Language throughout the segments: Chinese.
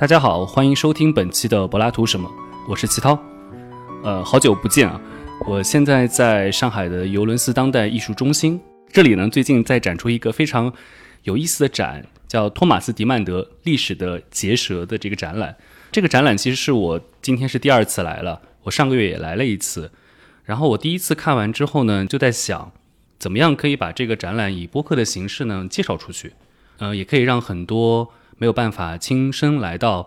大家好，欢迎收听本期的柏拉图什么，我是齐涛。好久不见啊！我现在在上海的尤伦斯当代艺术中心，这里呢最近在展出一个非常有意思的展，叫托马斯·迪曼德历史的结舌的这个展览。这个展览其实是我今天是第二次来了，我上个月也来了一次。然后我第一次看完之后呢，就在想，怎么样可以把这个展览以播客的形式呢介绍出去，也可以让很多没有办法亲身来到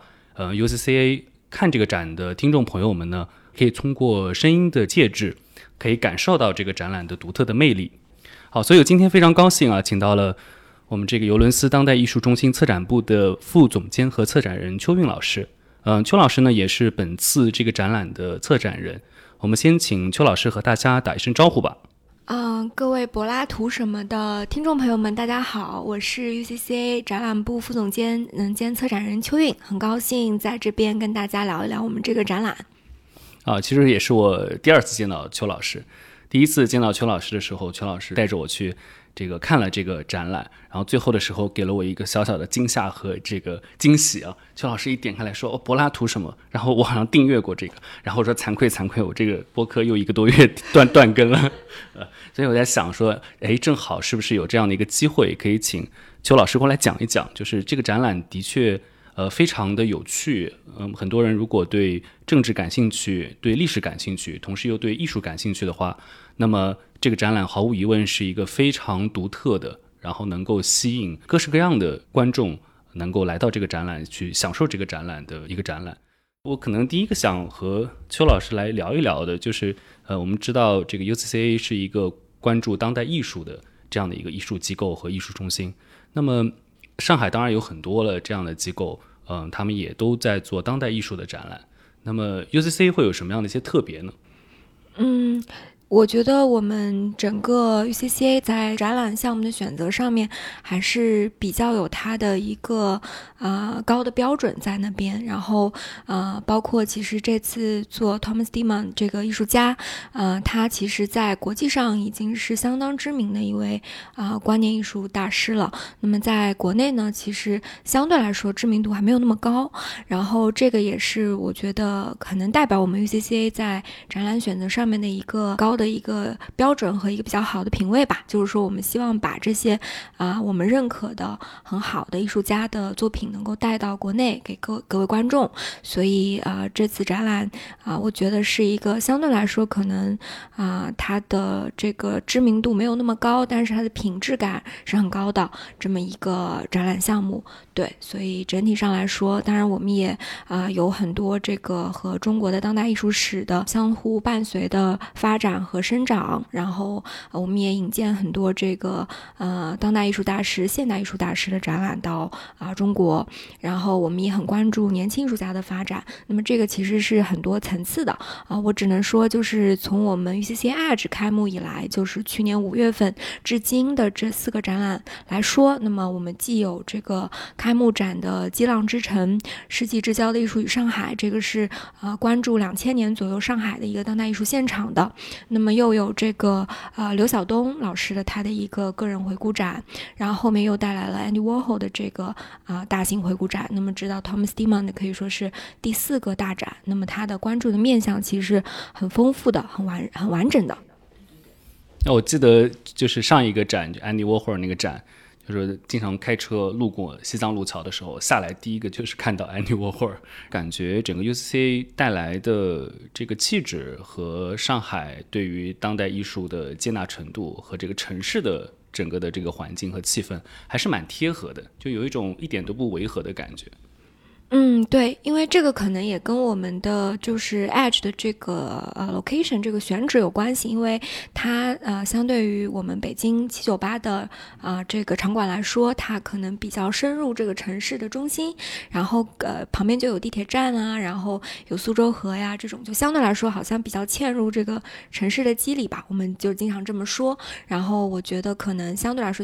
UCCA 看这个展的听众朋友们呢，可以通过声音的介质，可以感受到这个展览的独特的魅力。好，所以我今天非常高兴啊，请到了我们这个尤伦斯当代艺术中心策展部的副总监和策展人邱韵老师。邱老师呢也是本次这个展览的策展人。我们先请邱老师和大家打一声招呼吧。 各位柏拉图什么的听众朋友们，大家好，我是 UCCA 展览部副总监兼策展人邱韵，很高兴在这边跟大家聊一聊我们这个展览。 其实也是我第二次见到邱老师。第一次见到邱老师的时候，邱老师带着我去这个看了这个展览，然后最后的时候给了我一个小小的惊吓和这个惊喜啊。邱老师一点开来说柏拉图什么，然后我好像订阅过这个，然后说惭愧，我这个播客又1个多月断更了。所以我在想说，正好是不是有这样的一个机会可以请邱老师过来讲一讲，就是这个展览的确非常的有趣。很多人如果对政治感兴趣，对历史感兴趣，同时又对艺术感兴趣的话，那么这个展览毫无疑问是一个非常独特的，然后能够吸引各式各样的观众能够来到这个展览去享受这个展览的一个展览。我可能第一个想和邱老师来聊一聊的就是我们知道这个 UCCA 是一个关注当代艺术的这样的一个艺术机构和艺术中心。那么上海当然有很多了这样的机构，他们也都在做当代艺术的展览。那么 UCCA 会有什么样的一些特别呢？ 我觉得我们整个 UCCA 在展览项目的选择上面还是比较有它的一个高的标准在那边。然后包括其实这次做 Thomas Dimon 这个艺术家，他其实在国际上已经是相当知名的一位观念艺术大师了。那么在国内呢，其实相对来说知名度还没有那么高。然后这个也是我觉得可能代表我们 UCCA 在展览选择上面的一个高的一个标准和一个比较好的品位吧。就是说我们希望把这些我们认可的很好的艺术家的作品能够带到国内给各位观众。所以这次展览我觉得是一个相对来说可能它的这个知名度没有那么高，但是它的品质感是很高的这么一个展览项目。对，所以整体上来说，当然我们也有很多这个和中国的当代艺术史的相互伴随的发展和生长。然后我们也引荐很多这个当代艺术大师、现代艺术大师的展览到中国。然后我们也很关注年轻艺术家的发展。那么这个其实是很多层次的我只能说就是从我们 UCCA Edge 开幕以来，就是去年5月份至今的这4个展览来说，那么我们既有这个开幕展的激浪之城世纪之交的艺术与上海，这个是关注2000年左右上海的一个当代艺术现场的。那么又有这个刘晓东老师的他的一个个人回顾展，然后后面又带来了 Andy Warhol 的这个大型回顾展。那么直到 Thomas Dimon 可以说是第4个大展。那么他的关注的面向其实很丰富的，很完整的。 我记得就是上一个展就 Andy Warhol 那个展，就是经常开车路过西藏路桥的时候，下来第一个就是看到 Andy Warhol。 感觉整个 UCCA 带来的这个气质和上海对于当代艺术的接纳程度和这个城市的整个的这个环境和气氛还是蛮贴合的，就有一种一点都不违和的感觉。 对，因为这个可能也跟我们的就是 Edge 的这个location 这个选址有关系。因为它相对于我们北京798的这个场馆来说，它可能比较深入这个城市的中心，然后旁边就有地铁站然后有苏州河呀，这种就相对来说好像比较嵌入这个城市的肌理吧，我们就经常这么说。然后我觉得可能相对来说就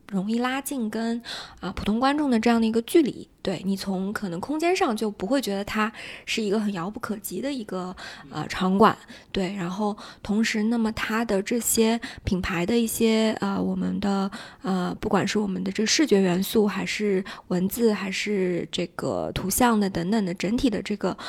容易拉近跟普通观众的这样的一个距离。对，你从可能空间上就不会觉得它是一个很遥不可及的一个场馆。对，然后同时那么它的这些品牌的一些我们的不管是我们的这个视觉元素还是文字还是这个图像的等等的整体的这个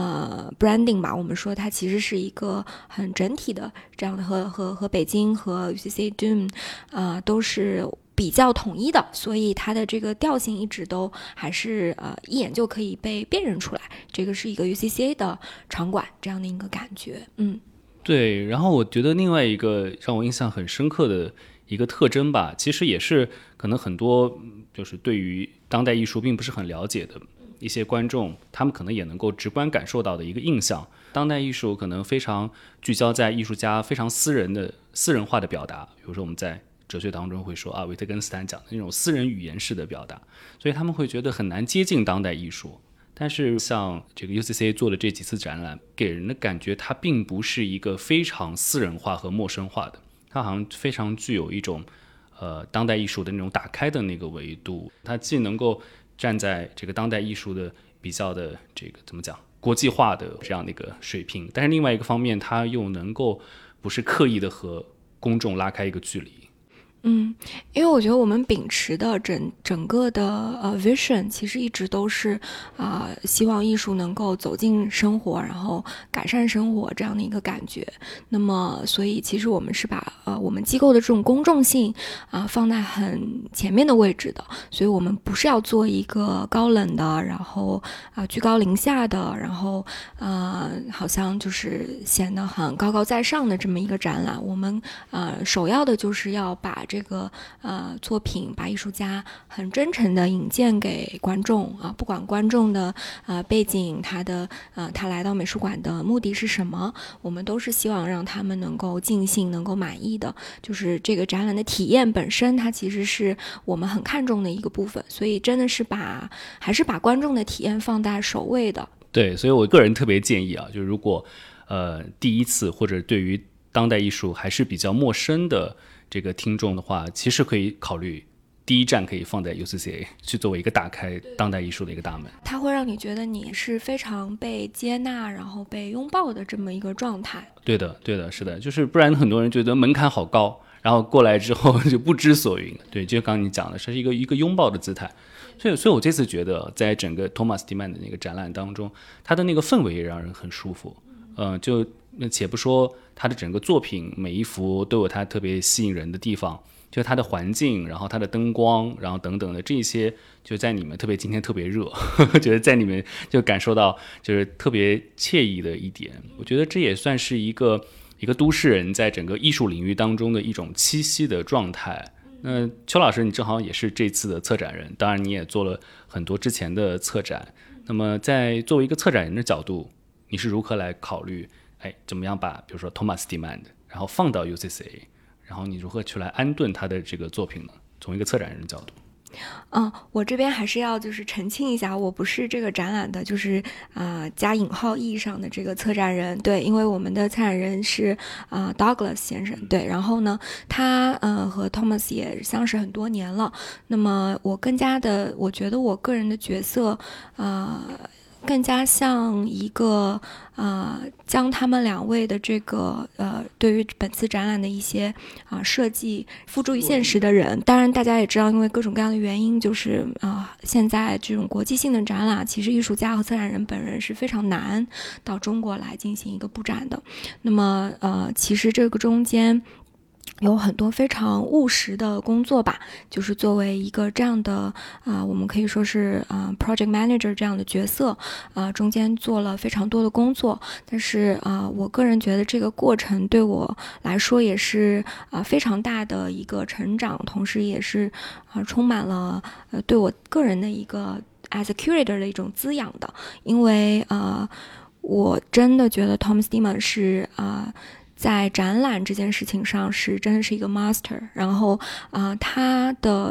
branding 吧，我们说它其实是一个很整体的这样的和北京和 UCC Dome 都是比较统一的，所以它的这个调性一直都还是一眼就可以被辨认出来，这个是一个 UCCA 的场馆这样的一个感觉。 对。然后我觉得另外一个让我印象很深刻的一个特征吧，其实也是可能很多就是对于当代艺术并不是很了解的一些观众，他们可能也能够直观感受到的一个印象。当代艺术可能非常聚焦在艺术家非常私人化的表达，比如说我们在哲学当中会说维特根斯坦讲的那种私人语言式的表达，所以他们会觉得很难接近当代艺术。但是像这个 UCCA 做的这几次展览，给人的感觉它并不是一个非常私人化和陌生化的，它好像非常具有一种当代艺术的那种打开的那个维度。它既能够站在这个当代艺术的比较的这个怎么讲国际化的这样的一个水平，但是另外一个方面它又能够不是刻意的和公众拉开一个距离。 因为我觉得我们秉持的整个的vision 其实一直都是希望艺术能够走进生活，然后改善生活这样的一个感觉。那么所以其实我们是把我们机构的这种公众性放在很前面的位置的，所以我们不是要做一个高冷的，然后居高临下的，然后好像就是显得很高高在上的这么一个展览。我们首要的就是要把这个作品，把艺术家很真诚的引荐给观众不管观众的背景，他来到美术馆的目的是什么，我们都是希望让他们能够尽兴，能够满意的。就是这个展览的体验本身，它其实是我们很看重的一个部分，所以真的是还是把观众的体验放在首位的。 对，所以我个人特别建议就是如果第一次或者对于当代艺术还是比较陌生的这个听众的话，其实可以考虑第一站可以放在 UCCA 去作为一个打开当代艺术的一个大门。 它会让你觉得你是非常被接纳然后被拥抱的这么一个状态。 对的，是的，就是不然很多人觉得门槛好高，然后过来之后就不知所云。对，就刚刚你讲的是一个拥抱的姿态。所以我这次觉得在整个 Thomas Demand 的那个展览当中，他的那个氛围也让人很舒服。就且不说他的整个作品每一幅都有他特别吸引人的地方，就他的环境，然后他的灯光，然后等等的这些，就在你们特别今天特别热觉得在你们就感受到就是特别惬意的一点。我觉得这也算是一个都市人在整个艺术领域当中的一种栖息的状态。那邱老师你正好也是这次的策展人，当然你也做了很多之前的策展，那么在作为一个策展人的角度，你是如何来考虑怎么样把比如说 Thomas Demand 然后放到 UCCA， 然后你如何去来安顿他的这个作品呢？从一个策展人的角度。 我这边还是要就是澄清一下，我不是这个展览的就是加引号意义上的这个策展人。对，因为我们的策展人是Douglas 先生。对，然后呢他和 Thomas 也相识很多年了。那么我觉得我个人的角色更加像一个将他们两位的这个对于本次展览的一些设计付诸于现实的人。当然大家也知道，因为各种各样的原因，就是现在这种国际性的展览，其实艺术家和策展人本人是非常难到中国来进行一个布展的。那么其实这个中间有很多非常务实的工作吧，就是作为一个这样的我们可以说是project manager 这样的角色中间做了非常多的工作。但是我个人觉得这个过程对我来说也是非常大的一个成长，同时也是充满了对我个人的一个 as a curator 的一种滋养的。因为我真的觉得 Thomas Demand 是在展览这件事情上是真的是一个 master， 然后他的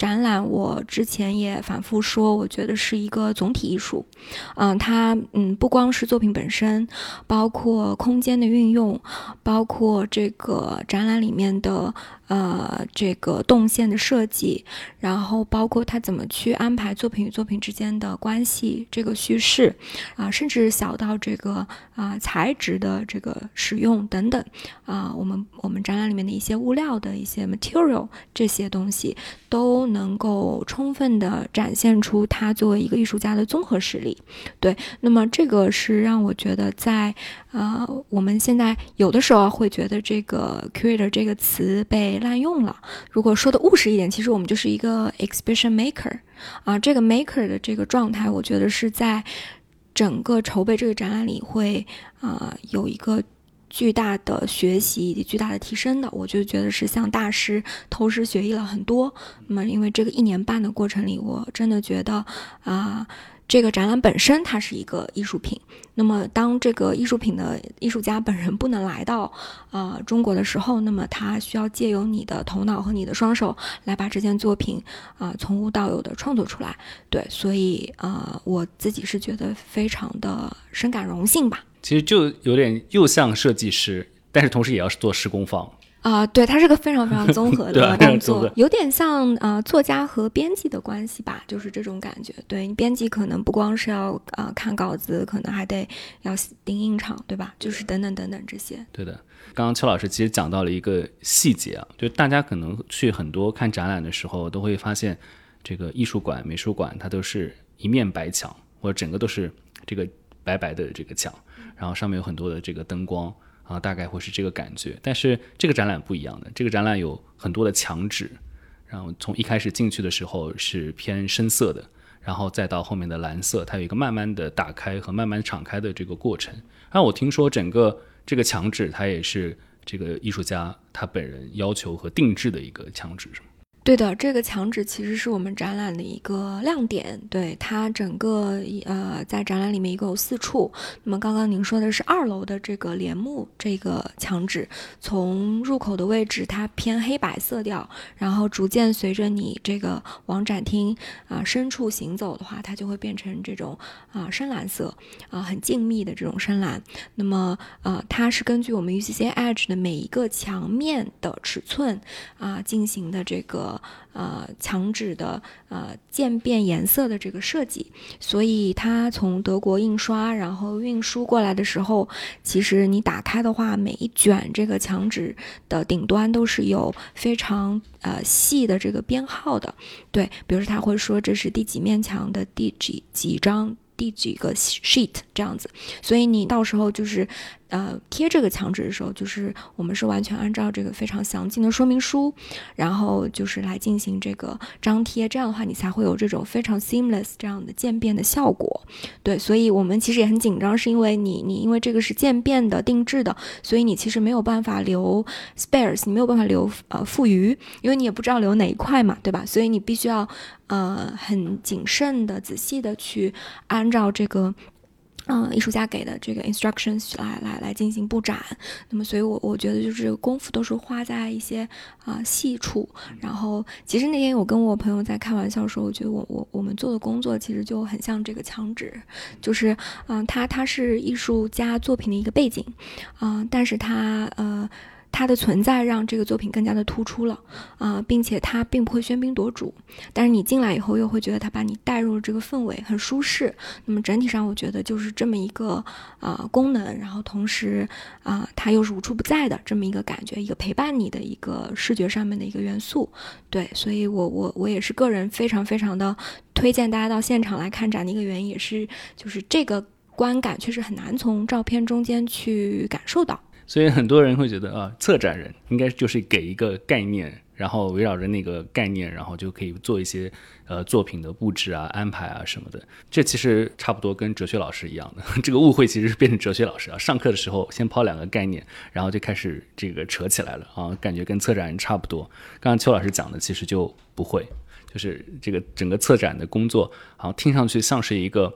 展览我之前也反复说，我觉得是一个总体艺术。它不光是作品本身，包括空间的运用，包括这个展览里面的这个动线的设计，然后包括它怎么去安排作品与作品之间的关系，这个叙事甚至小到这个材质的这个使用等等我们展览里面的一些物料的一些 material 这些东西都能够充分的展现出他作为一个艺术家的综合实力。对，那么这个是让我觉得在我们现在有的时候会觉得这个 curator 这个词被滥用了。如果说的务实一点，其实我们就是一个 exhibition maker 这个 maker 的这个状态，我觉得是在整个筹备这个展览里会有一个巨大的学习以及巨大的提升的。我就觉得是向大师偷师学艺了很多。那么因为这个1年半的过程里，我真的觉得这个展览本身它是一个艺术品，那么当这个艺术品的艺术家本人不能来到中国的时候，那么他需要借由你的头脑和你的双手来把这件作品从无到有的创作出来。对，所以我自己是觉得非常的深感荣幸吧。 其实就有点又像设计师，但是同时也要做施工方。 对，它是个非常非常综合的工作有点像作家和编辑的关系吧，就是这种感觉。对，你编辑可能不光是要看稿子，可能还得要盯印厂，对吧？就是等等等等这些。 对的，刚刚邱老师其实讲到了一个细节就大家可能去很多看展览的时候都会发现，这个艺术馆、美术馆它都是一面白墙，或者整个都是这个白白的这个墙，然后上面有很多的这个灯光。大概会是这个感觉。但是这个展览不一样的，这个展览有很多的墙纸，然后从一开始进去的时候是偏深色的，然后再到后面的蓝色，它有一个慢慢的打开和慢慢敞开的这个过程。然后我听说整个这个墙纸它也是这个艺术家他本人要求和定制的一个墙纸。 对的，这个墙纸其实是我们展览的一个亮点。对，它整个在展览里面一共有4处。那么刚刚您说的是2楼的这个帘幕这个墙纸，从入口的位置它偏黑白色调，然后逐渐随着你这个往展厅深处行走的话，它就会变成这种深蓝色很静谧的这种深蓝。那么它是根据我们 UCC Edge 的每一个墙面的尺寸进行的这个墙纸的渐变颜色的这个设计，所以它从德国印刷然后运输过来的时候，其实你打开的话，每一卷这个墙纸的顶端都是有非常细的这个编号的。对，比如说他会说这是第几面墙的第几张第几个 sheet 这样子，所以你到时候就是贴这个墙纸的时候，就是我们是完全按照这个非常详尽的说明书，然后就是来进行这个张贴，这样的话你才会有这种非常 seamless 这样的渐变的效果。对，所以我们其实也很紧张，是因为你因为这个是渐变的定制的，所以你其实没有办法留 spares， 你没有办法留富余，因为你也不知道留哪一块嘛，对吧？所以你必须要很谨慎的仔细的去按照这个艺术家给的这个 instructions 来进行布展。那么所以我觉得就是这个功夫都是花在一些细处。然后其实那天我跟我朋友在开玩笑说，我觉得我们做的工作其实就很像这个墙纸，就是它是艺术家作品的一个背景但是它的存在让这个作品更加的突出了并且它并不会喧宾夺主，但是你进来以后又会觉得它把你带入了这个氛围，很舒适。那么整体上我觉得就是这么一个功能，然后同时它又是无处不在的这么一个感觉，一个陪伴你的一个视觉上面的一个元素。对，所以我也是个人非常非常的推荐大家到现场来看展的一个原因，也是就是这个观感确实很难从照片中间去感受到。 所以很多人会觉得策展人应该就是给一个概念，然后围绕着那个概念，然后就可以做一些作品的布置安排什么的。这其实差不多跟哲学老师一样的，这个误会其实是变成哲学老师上课的时候先抛2个概念，然后就开始这个扯起来了感觉跟策展人差不多。刚刚邱老师讲的其实就不会，就是这个整个策展的工作好像听上去像是一个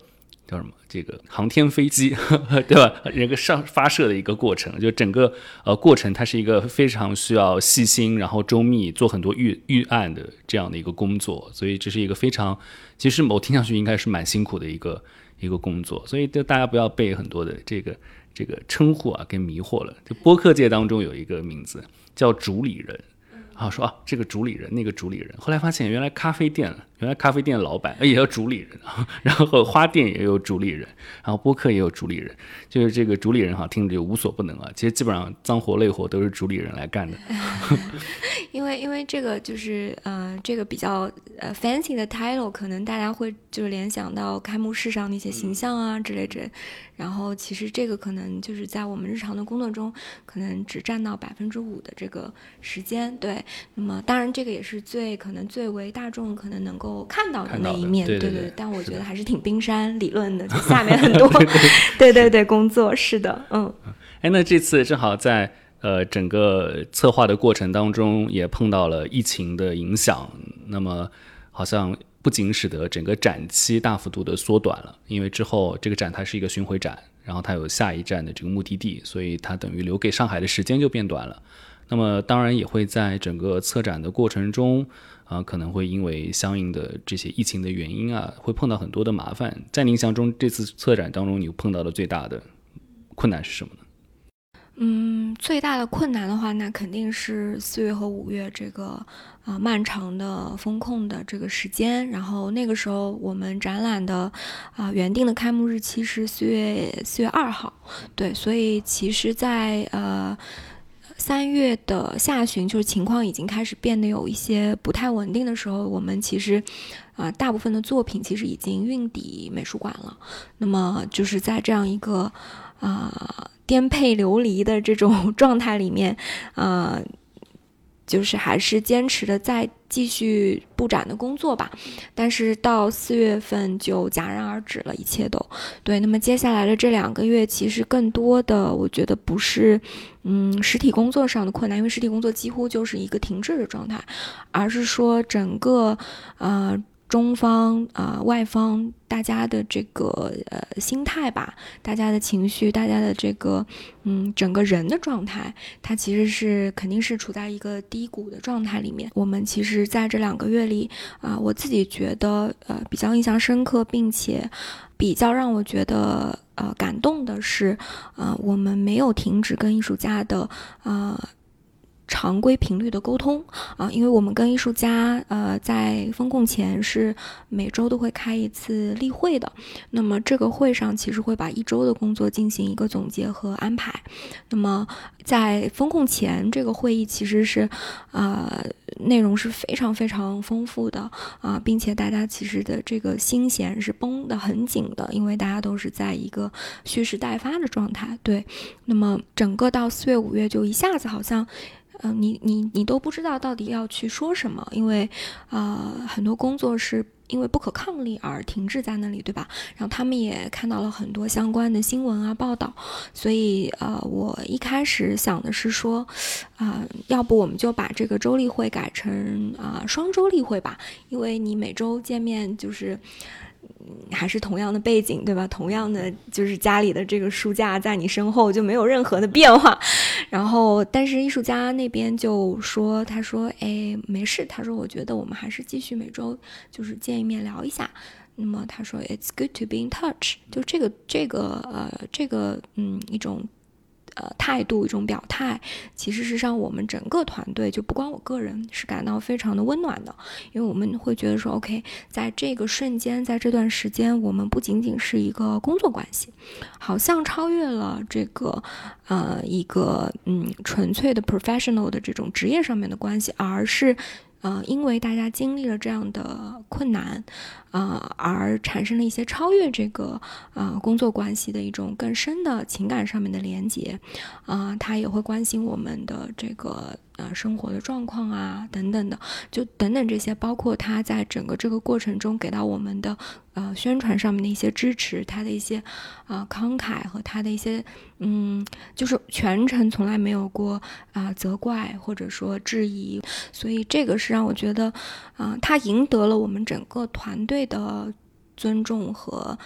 叫什么这个航天飞机对吧，这个发射的一个过程，就整个过程它是一个非常需要细心然后周密做很多预案的这样的一个工作，所以这是一个非常其实我听上去应该是蛮辛苦的一个工作，所以就大家不要被很多的这个称呼啊给迷惑了。就播客界当中有一个名字叫主理人，说这个主理人那个主理人，后来发现原来咖啡店老板也有主理人，然后花店也有主理人，然后播客也有主理人，就是这个主理人听着就无所不能啊，其实基本上脏活累活都是主理人来干的。 因为这个就是这个比较fancy 的 title， 可能大家会就是联想到开幕式上那些形象啊之类，然后其实这个可能就是在我们日常的工作中可能只占到5%的这个时间，对。那么当然这个也是可能最为大众可能能够看到的那一面，对。但我觉得还是挺冰山理论的，就下面很多对工作，是的， 那这次正好在整个策划的过程当中也碰到了疫情的影响，那么好像不仅使得整个展期大幅度的缩短了，因为之后这个展它是一个巡回展，然后它有下一站的这个目的地，所以它等于留给上海的时间就变短了。那么当然也会在整个策展的过程中可能会因为相应的这些疫情的原因会碰到很多的麻烦。在你印象中这次策展当中你碰到的最大的困难是什么呢？ 最大的困难的话，那肯定是4月和5月这个漫长的风控的这个时间。然后那个时候我们展览的原定的开幕日期是4月2号，对，所以其实在3月的下旬，就是情况已经开始变得有一些不太稳定的时候，我们其实大部分的作品其实已经运抵美术馆了。那么就是在这样一个颠沛流离的这种状态里面，就是还是坚持的再继续布展的工作吧，但是到4月份就戛然而止了，一切都对。那么接下来的这2个月，其实更多的我觉得不是实体工作上的困难，因为实体工作几乎就是一个停滞的状态，而是说整个中方外方大家的这个心态吧，大家的情绪，大家的这个整个人的状态，它其实肯定是处在一个低谷的状态里面。我们其实在这2个月里我自己觉得比较印象深刻，并且比较让我觉得感动的是我们没有停止跟艺术家的常规频率的沟通因为我们跟艺术家在封控前是每周都会开一次例会的，那么这个会上其实会把1周的工作进行一个总结和安排。那么在封控前这个会议其实是内容是非常非常丰富的并且大家其实的这个心弦是绷得很紧的，因为大家都是在一个蓄势待发的状态，对。那么整个到4月5月就一下子好像你都不知道到底要去说什么，因为很多工作是因为不可抗力而停滞在那里，对吧？然后他们也看到了很多相关的新闻报道，所以我一开始想的是说要不我们就把这个周例会改成双周例会吧，因为你每周见面就是还是同样的背景，对吧？同样的就是家里的这个书架在你身后就没有任何的变化。然后但是艺术家那边就说，他说没事，他说我觉得我们还是继续每周就是见一面聊一下。那么他说 It's good to be in touch， 就这个一种态度，一种表态，其实是让我们整个团队，就不光我个人，是感到非常的温暖的。因为我们会觉得说 OK， 在这个瞬间，在这段时间，我们不仅仅是一个工作关系，好像超越了这个一个纯粹的 professional 的这种职业上面的关系，而是因为大家经历了这样的困难而产生了一些超越这个工作关系的一种更深的情感上面的连结他也会关心我们的这个生活的状况等等的，就等等这些，包括他在整个这个过程中给到我们的宣传上面的一些支持，他的一些慷慨和他的一些就是全程从来没有过责怪或者说质疑，所以这个是让我觉得他赢得了我们整个团队的尊重和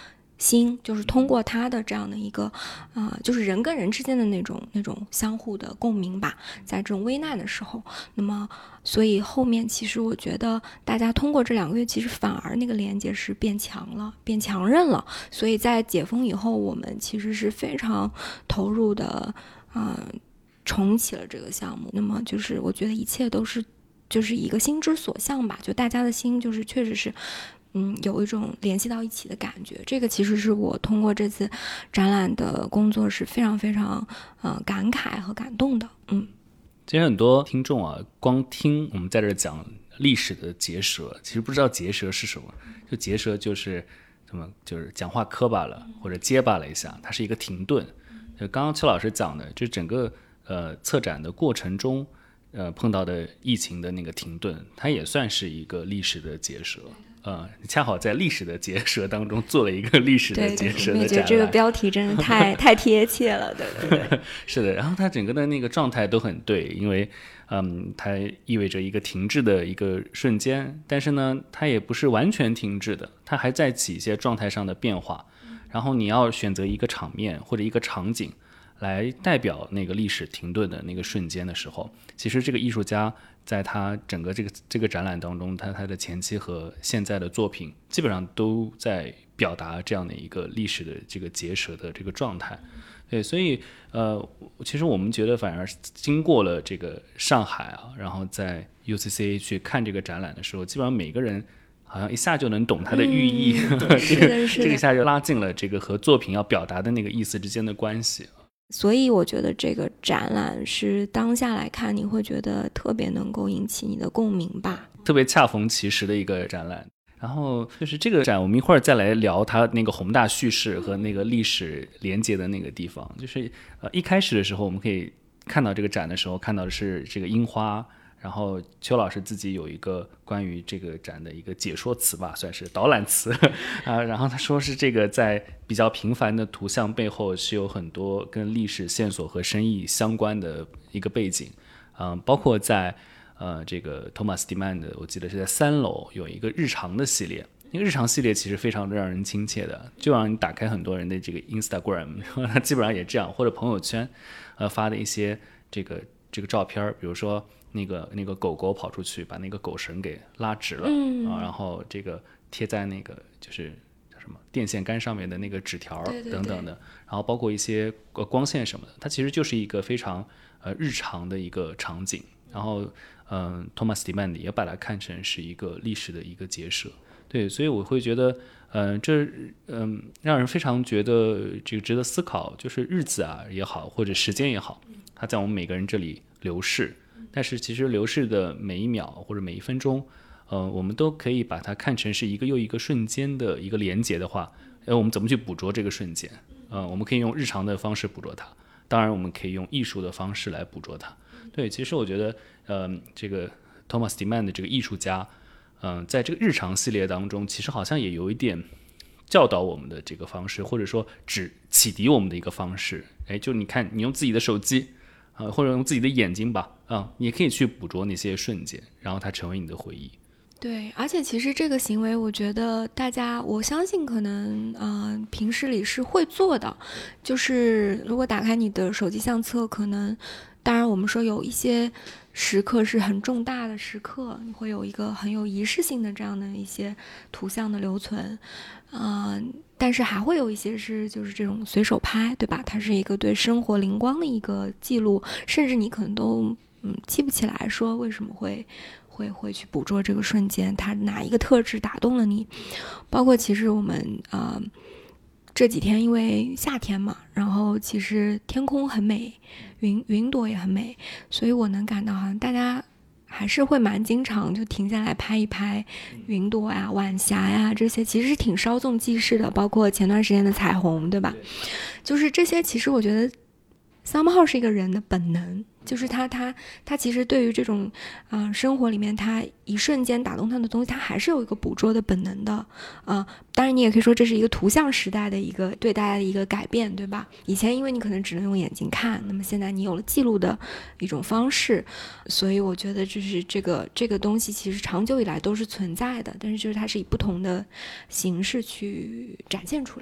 心，就是通过他的这样的一个就是人跟人之间的那种相互的共鸣吧，在这种危难的时候。那么所以后面其实我觉得大家通过这2个月，其实反而那个连接是变强了，变强韧了。所以在解封以后，我们其实是非常投入的重启了这个项目。那么就是我觉得一切都是就是一个心之所向吧，就大家的心就是确实是有一种联系到一起的感觉。这个其实是我通过这次展览的工作是非常非常感慨和感动的。 其实很多听众啊，光听我们在这讲历史的结舌，其实不知道结舌是什么。就结舌就是什么，就是讲话磕巴了或者结巴了一下，它是一个停顿。就刚刚邱老师讲的，就整个策展的过程中碰到的疫情的那个停顿，它也算是一个历史的结舌。恰好在历史的结舌当中做了一个历史的结舌的展览。 我觉得这个标题真的太贴切了，对对对。 是的，然后它整个的那个状态都很对，因为它意味着一个停滞的一个瞬间，但是呢，它也不是完全停滞的，它还在起一些状态上的变化。然后你要选择一个场面或者一个场景来代表那个历史停顿的那个瞬间的时候，其实这个艺术家在他整个这个展览当中，他的前期和现在的作品基本上都在表达这样的一个历史的这个结舌的这个状态。对，所以其实我们觉得反而经过了这个上海啊，然后在 UCCA 去看这个展览的时候，基本上每个人好像一下就能懂它的寓意，这个一下就拉近了这个和作品要表达的那个意思之间的关系。 所以我觉得这个展览是当下来看你会觉得特别能够引起你的共鸣吧， 特别恰逢其时的一个展览。然后就是这个展，我们一会儿再来聊它那个宏大叙事和那个历史连接的那个地方。就是一开始的时候，我们可以看到这个展的时候，看到的是这个樱花。然后邱老师自己有一个关于这个展的一个解说词吧，算是导览词然后他说是这个在比较平凡的图像背后是有很多跟历史线索和深意相关的一个背景。包括在这个 Thomas Demand 的，我记得是在3楼有一个日常的系列。那个日常系列其实非常让人亲切的，就让你打开很多人的这个 Instagram， 他基本上也这样，或者朋友圈发的一些这个照片，比如说那个狗狗跑出去把那个狗绳给拉直了，然后这个贴在那个就是什么电线杆上面的那个纸条等等的，然后包括一些光线什么的，它其实就是一个非常日常的一个场景。然后Thomas Demand 也把它看成是一个历史的一个结舌。对，所以我会觉得让人非常觉得这个值得思考，就是日子啊也好，或者时间也好，它在我们每个人这里流逝。但是其实流逝的每一秒或者每一分钟，我们都可以把它看成是一个又一个瞬间的一个连结的话，我们怎么去捕捉这个瞬间？我们可以用日常的方式捕捉它，当然我们可以用艺术的方式来捕捉它。对，其实我觉得这个 Thomas Demand 这个艺术家在这个日常系列当中，其实好像也有一点教导我们的这个方式，或者说只启迪我们的一个方式。就你看，你用自己的手机或者用自己的眼睛吧，你也可以去捕捉那些瞬间，然后它成为你的回忆。 对，而且其实这个行为，我觉得大家，我相信可能平时里是会做的。就是如果打开你的手机相册，可能当然我们说有一些时刻是很重大的时刻，你会有一个很有仪式性的这样的一些图像的留存，但是还会有一些是就是这种随手拍，对吧？它是一个对生活灵光的一个记录，甚至你可能都记不起来说为什么会去捕捉这个瞬间，它哪一个特质打动了你。包括其实我们这几天因为夏天嘛，然后其实天空很美，云朵也很美，所以我能感到好像大家还是会蛮经常就停下来拍一拍云朵呀、晚霞呀，这些其实是挺稍纵即逝的。包括前段时间的彩虹，对吧？就是这些，其实我觉得somehow是一个人的本能，就是他其实对于这种生活里面他一瞬间打动他的东西，他还是有一个捕捉的本能的。当然你也可以说这是一个图像时代的一个对大家的一个改变，对吧？以前因为你可能只能用眼睛看，那么现在你有了记录的一种方式，所以我觉得就是这个东西其实长久以来都是存在的，但是就是它是以不同的形式去展现出来。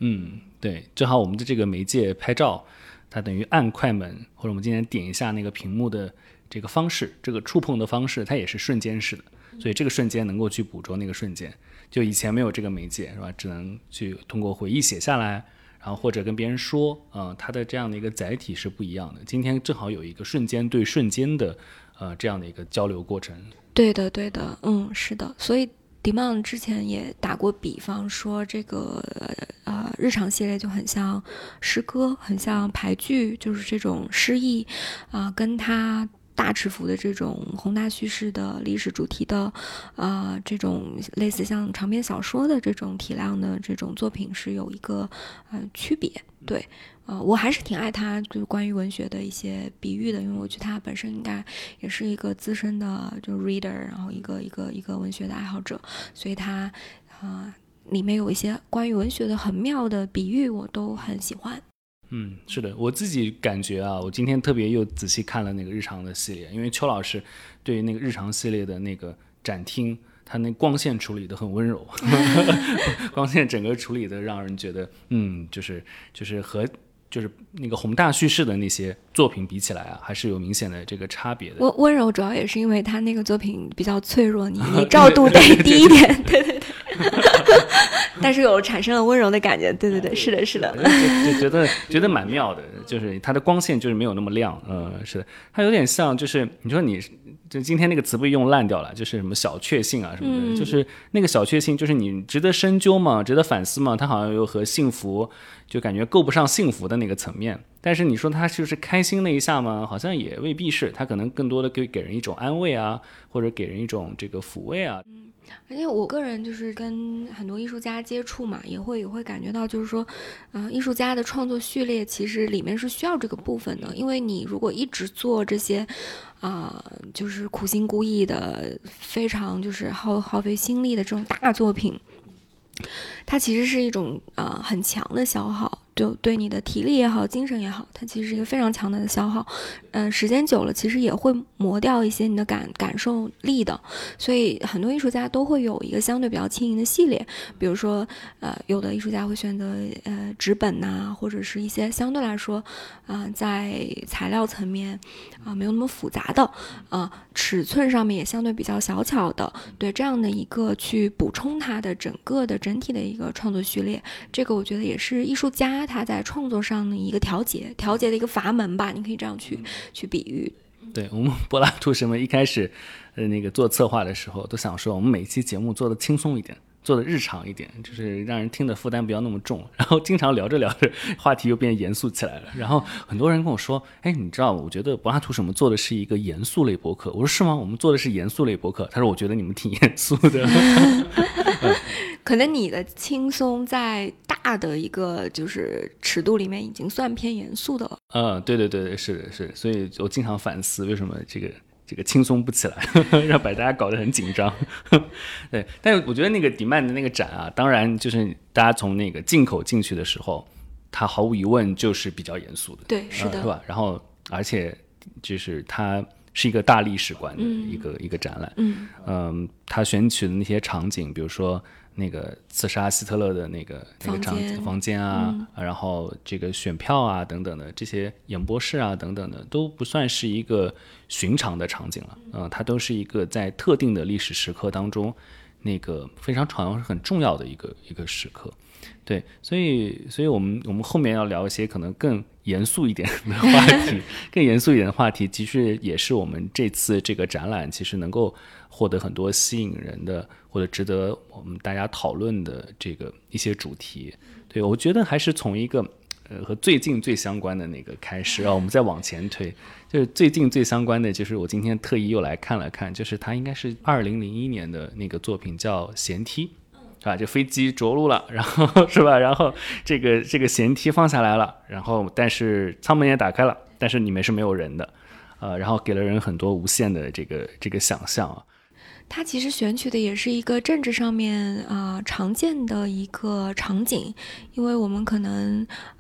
对，正好我们的这个媒介拍照，它等于按快门，或者我们今天点一下那个屏幕的这个方式，这个触碰的方式，它也是瞬间式的，所以这个瞬间能够去捕捉那个瞬间。就以前没有这个媒介是吧，只能去通过回忆写下来，然后或者跟别人说，它的这样的一个载体是不一样的。今天正好有一个瞬间对瞬间的这样的一个交流过程。 对的，是的，所以Demond 之前也打过比方说，这个日常系列就很像诗歌，很像俳句，就是这种诗意跟它大尺幅的这种宏大叙事的历史主题的这种类似像长篇小说的这种体量的这种作品是有一个区别。对，我还是挺爱他就是关于文学的一些比喻的，因为我觉得他本身应该也是一个资深的就 reader， 然后一个文学的爱好者，所以他里面有一些关于文学的很妙的比喻我都很喜欢。 是的，我自己感觉我今天特别又仔细看了那个日常的系列，因为邱老师对于那个日常系列的那个展厅，他那光线处理的很温柔光线整个处理的让人觉得就是和就是那个宏大叙事的那些作品比起来还是有明显的这个差别的。 温柔主要也是因为他那个作品比较脆弱，你照度得低一点对但是有产生了温柔的感觉。对，是的就觉得蛮妙的，就是它的光线就是没有那么亮。是的，它有点像就是你说你就今天那个词不用烂掉了，就是什么小确幸什么的，就是那个小确幸就是你值得深究嘛，值得反思嘛，它好像又和幸福就感觉够不上幸福的那个层面。但是你说它就是开心那一下嘛，好像也未必是，它可能更多的给人一种安慰或者给人一种这个抚慰而且我个人就是跟很多艺术家接触嘛，也会感觉到就是说艺术家的创作序列其实里面是需要这个部分的，因为你如果一直做这些就是苦心孤诣的非常就是耗费心力的这种大作品，它其实是一种很强的消耗，就对你的体力也好精神也好，它其实是一个非常强的消耗。时间久了其实也会磨掉一些你的感受力的，所以很多艺术家都会有一个相对比较轻盈的系列，比如说有的艺术家会选择纸本或者是一些相对来说在材料层面没有那么复杂的尺寸上面也相对比较小巧的，对这样的一个去补充它的整体的一个创作序列，这个我觉得也是艺术家他在创作上的一个调节的一个阀门吧，你可以这样去比喻。 对，我们柏拉图什么一开始那个做策划的时候都想说我们每一期节目做的轻松一点，做的日常一点，就是让人听的负担不要那么重，然后经常聊着聊着话题又变严肃起来了，然后很多人跟我说你知道我觉得柏拉图什么做的是一个严肃类博客，我说是吗？我们做的是严肃类博客，他说我觉得你们挺严肃的可能你的轻松在大的一个就是尺度里面已经算偏严肃的了。 对，是的，所以我经常反思为什么这个轻松不起来让把大家搞得很紧张对，但是我觉得那个Demond的那个展当然就是大家从那个进口进去的时候，它毫无疑问就是比较严肃的。 对，是的， 是吧？然后而且就是它是一个大历史观的一个展览。他选取的那些场景，比如说那个刺杀希特勒的那个房间然后这个选票等等的这些演播室等等的都不算是一个寻常的场景了。它都是一个在特定的历史时刻当中那个非常好像是很重要的一个时刻。对，所以我们后面要聊一些可能更严肃一点的话题更严肃一点的话题，其实也是我们这次这个展览其实能够获得很多吸引人的或者值得我们大家讨论的这个一些主题。对，我觉得还是从一个和最近最相关的那个开始我们再往前推，就是最近最相关的就是我今天特意又来看了看，就是它应该是2001年的那个作品叫舷梯，是吧？这飞机着陆了，然后是吧？然后这个舷梯放下来了，然后但是舱门也打开了，但是里面是没有人的，然后给了人很多无限的这个想象它其实选取的也是一个政治上面常见的一个场景，因为我们可能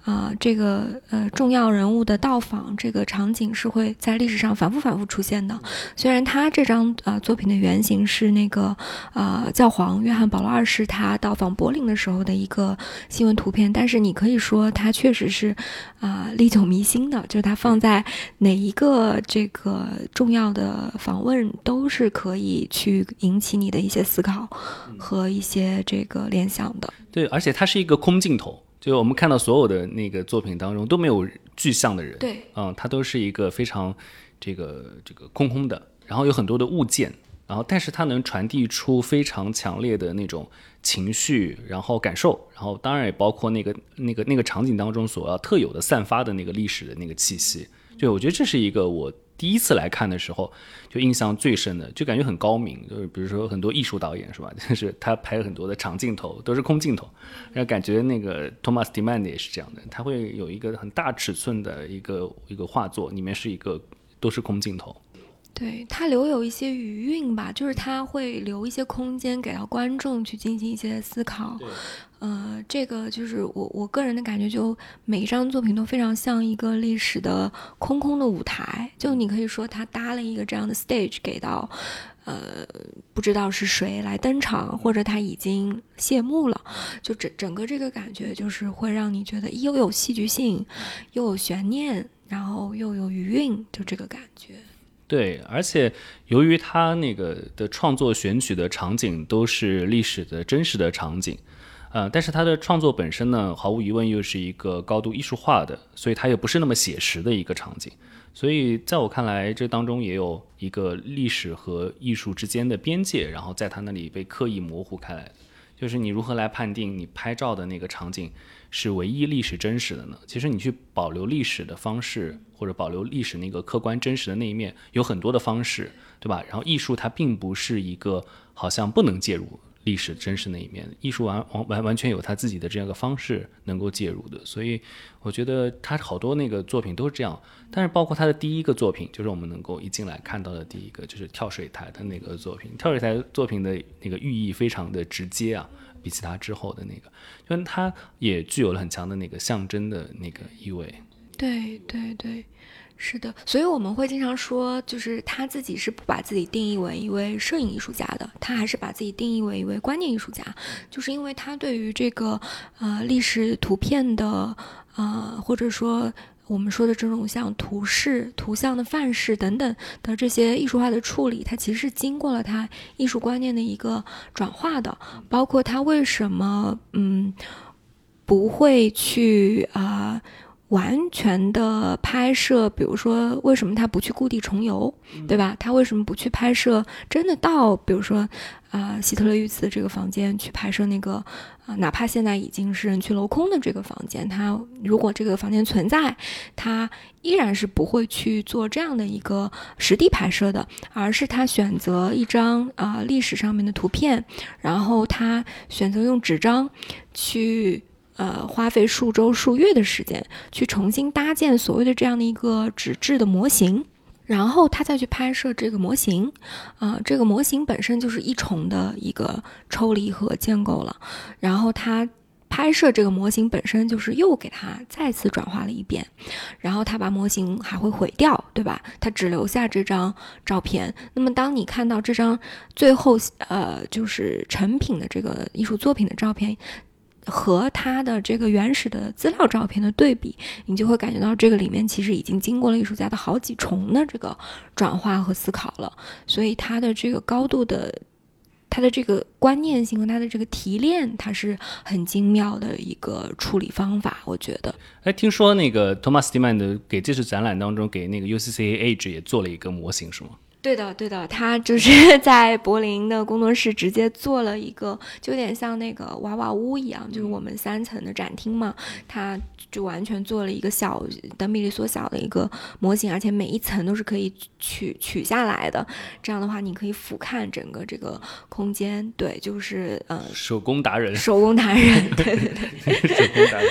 这个重要人物的到访这个场景是会在历史上反复出现的。虽然他这张作品的原型是那个教皇约翰保罗2世他到访柏林的时候的一个新闻图片，但是你可以说它确实是历久弥新的，就是它放在哪一个这个重要的访问都是可以去引起你的一些思考和一些这个联想的。 对，而且它是一个空镜头，就我们看到所有的那个作品当中都没有具象的人， 对， 它都是一个非常这个空的，然后有很多的物件，然后但是它能传递出非常强烈的那种情绪，然后感受，然后当然也包括那个场景当中所要特有的散发的那个历史的那个气息。就我觉得这是一个我第一次来看的时候就印象最深的，就感觉很高明。就是比如说很多艺术导演是吧，就是他拍很多的长镜头都是空镜头，然后感觉那个 Thomas Demand 也是这样的，他会有一个很大尺寸的一个画作，里面是一个都是空镜头。 对，他留有一些余韵吧，就是他会留一些空间给到观众去进行一些思考。这个就是我个人的感觉，就每一张作品都非常像一个历史的空的舞台，就你可以说他搭了一个这样的 stage 给到不知道是谁来登场，或者他已经谢幕了，就整个这个感觉就是会让你觉得又有戏剧性，又有悬念，然后又有余韵，就这个感觉。 对，而且由于他那个的创作选取的场景都是历史的真实的场景，但是他的创作本身呢，毫无疑问又是一个高度艺术化的，所以它也不是那么写实的一个场景。所以在我看来，这当中也有一个历史和艺术之间的边界，然后在他那里被刻意模糊开来的。就是你如何来判定你拍照的那个场景是唯一历史真实的呢？其实你去保留历史的方式，或者保留历史那个客观真实的那一面，有很多的方式，对吧？然后艺术它并不是一个好像不能介入历史真实那一面，艺术完全有它自己的这样一个方式能够介入的。所以我觉得他好多那个作品都是这样，但是包括他的第一个作品，就是我们能够一进来看到的第一个，就是跳水台的那个作品。跳水台作品的那个寓意非常的直接啊，比起他之后的那个，就它也具有了很强的那个象征的那个意味。 对对对，是的，所以我们会经常说，就是他自己是不把自己定义为一位摄影艺术家的，他还是把自己定义为一位观念艺术家，就是因为他对于这个历史图片的或者说我们说的这种像图示、图像的范式等等的这些艺术化的处理，它其实是经过了他艺术观念的一个转化的，包括他为什么不会去完全的拍摄，比如说为什么他不去故地重游，对吧？他为什么不去拍摄真的到比如说希特勒遇刺这个房间去拍摄那个哪怕现在已经是人去楼空的这个房间，他如果这个房间存在，他依然是不会去做这样的一个实地拍摄的，而是他选择一张历史上面的图片，然后他选择用纸张去花费数周数月的时间去重新搭建所谓的这样的一个纸质的模型，然后他再去拍摄这个模型这个模型本身就是一重的一个抽离和建构了，然后他拍摄这个模型本身就是又给它再次转化了一遍，然后他把模型还会毁掉，对吧？他只留下这张照片。那么当你看到这张最后就是成品的这个艺术作品的照片和他的这个原始的资料照片的对比，你就会感觉到这个里面其实已经经过了艺术家的好几重的这个转化和思考了，所以他的这个高度的他的这个观念性和他的这个提炼，它是很精妙的一个处理方法，我觉得。 听说那个 Thomas Demand 给这次展览当中给那个 UCCA Age 也做了一个模型是吗？ 对的对的，他就是在柏林的工作室直接做了一个就有点像那个娃娃屋一样，就是我们3层的展厅嘛，他就完全做了一个小等比例缩小的一个模型，而且每一层都是可以取下来的，这样的话你可以俯瞰整个这个空间。对，就是手工达人对对对手工达人。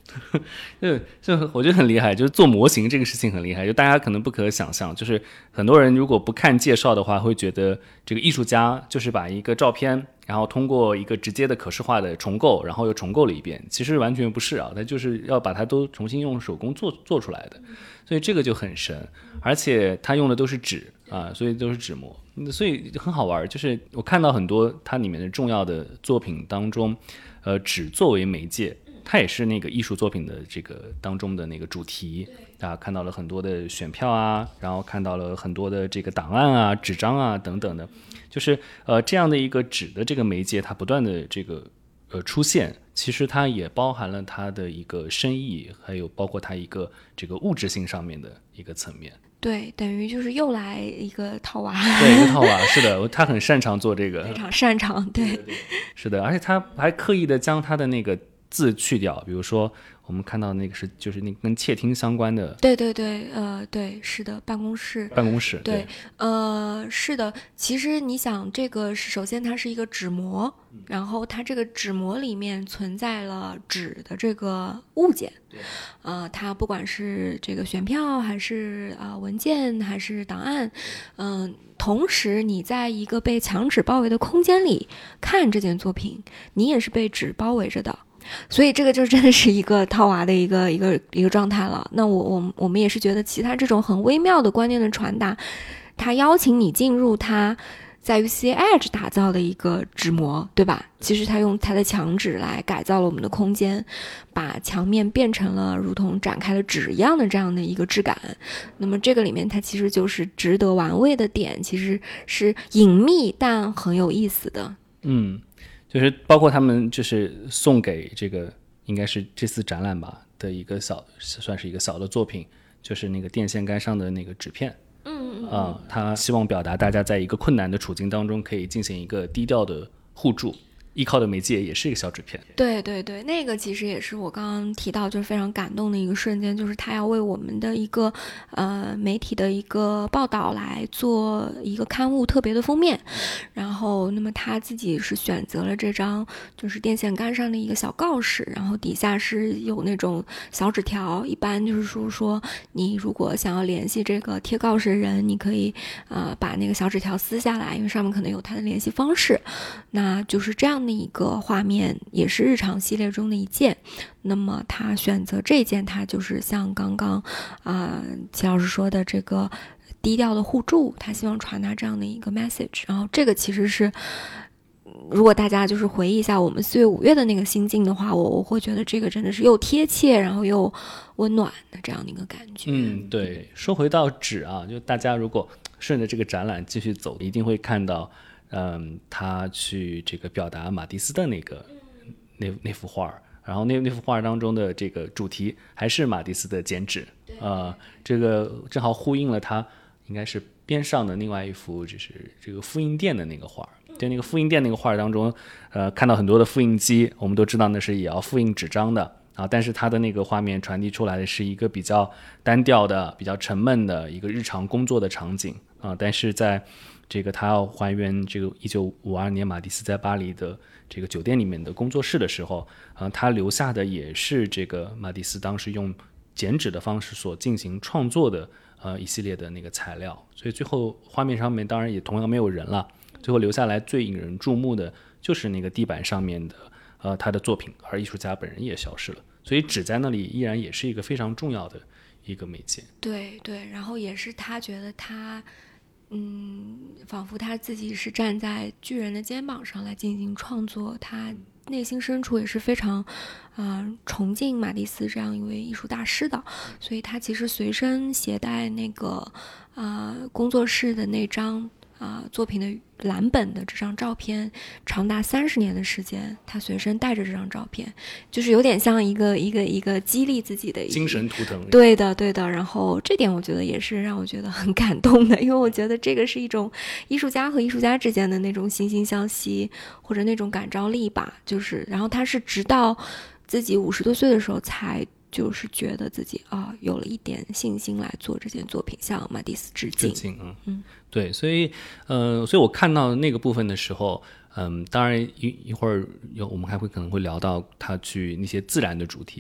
就我觉得很厉害，就是做模型这个事情很厉害，就大家可能不可想象，就是很多人如果不看介绍的话，会觉得这个艺术家就是把一个照片，然后通过一个直接的可视化的重构，然后又重构了一遍，其实完全不是啊，他就是要把它都重新用手工做出来的，所以这个就很神，而且他用的都是纸啊，所以都是纸模，所以很好玩。就是我看到很多它里面的重要的作品当中，纸作为媒介。它也是那个艺术作品的这个当中的那个主题啊，看到了很多的选票啊，然后看到了很多的这个档案啊、纸张啊等等的，就是这样的一个纸的这个媒介，它不断的这个出现，其实它也包含了它的一个深意，还有包括它一个这个物质性上面的一个层面。 对，等于就是又来一个套娃， 对，一个套娃，是的，他很擅长做这个， 非常擅长，对， 是的，而且他还刻意的将他的那个字去掉，比如说我们看到那个就是那跟窃听相关的， 对对对，对，是的，办公室，对，是的。其实你想，这个是首先它是一个纸模，然后它这个纸模里面存在了纸的这个物件，它不管是这个选票还是文件还是档案，同时你在一个被墙纸包围的空间里看这件作品，你也是被纸包围着的。所以这个就真的是一个套娃的一个状态了。那我们也是觉得其他这种很微妙的观念的传达，它邀请你进入它在 UCC Edge 打造的一个纸模，对吧？其实它用它的墙纸来改造了我们的空间，把墙面变成了如同展开了纸一样的这样的一个质感。那么这个里面它其实就是值得玩味的点，其实是隐秘但很有意思的。 就是包括他们就是送给这个应该是这次展览吧的一个算是一个小的作品，就是那个电线杆上的那个纸片。他希望表达大家在一个困难的处境当中可以进行一个低调的互助，依靠的媒介也是一个小纸片。 对对对，那个其实也是我刚刚提到就是非常感动的一个瞬间，就是他要为我们的一个媒体的一个报道来做一个刊物特别的封面，然后那么他自己是选择了这张就是电线杆上的一个小告示，然后底下是有那种小纸条，一般就是说你如果想要联系这个贴告示的人，你可以把那个小纸条撕下来，因为上面可能有他的联系方式，那就是这样的一个画面，也是日常系列中的一件。那么他选择这件，他就是像刚刚齐老师说的这个低调的互助，他希望传达这样的一个 message。然后这个其实是，如果大家就是回忆一下我们4月5月的那个心境的话，我会觉得这个真的是又贴切，然后又温暖的这样的一个感觉。 对。说回到纸啊，就大家如果顺着这个展览继续走，一定会看到。他去这个表达马蒂斯的那幅画，然后那幅画当中的这个主题还是马蒂斯的剪纸，这个正好呼应了他应该是边上的另外一幅就是这个复印店的那个画。对，那个复印店那个画当中，看到很多的复印机，我们都知道那是也要复印纸张的啊，但是他的那个画面传递出来的是一个比较单调的、比较沉闷的一个日常工作的场景啊，但是在这个他要还原这个1952年马蒂斯在巴黎的这个酒店里面的工作室的时候，他留下的也是这个马蒂斯当时用剪纸的方式所进行创作的一系列的那个材料，所以最后画面上面当然也同样没有人了，最后留下来最引人注目的就是那个地板上面的他的作品，而艺术家本人也消失了，所以纸在那里依然也是一个非常重要的一个媒介。 对对，然后也是他觉得他仿佛他自己是站在巨人的肩膀上来进行创作，他内心深处也是非常崇敬马蒂斯这样一位艺术大师的，所以他其实随身携带那个工作室的那张作品的蓝本的这张照片，长达30年的时间，他随身带着这张照片，就是有点像一个激励自己的精神图腾。 对的。然后这点我觉得也是让我觉得很感动的，因为我觉得这个是一种艺术家和艺术家之间的那种惺惺相惜，或者那种感召力吧。就是然后他是直到自己50多岁的时候才就是觉得自己有了一点信心来做这件作品，向马蒂斯致敬。 对，所以我看到那个部分的时候，当然一会儿我们还会可能会聊到他去那些自然的主题，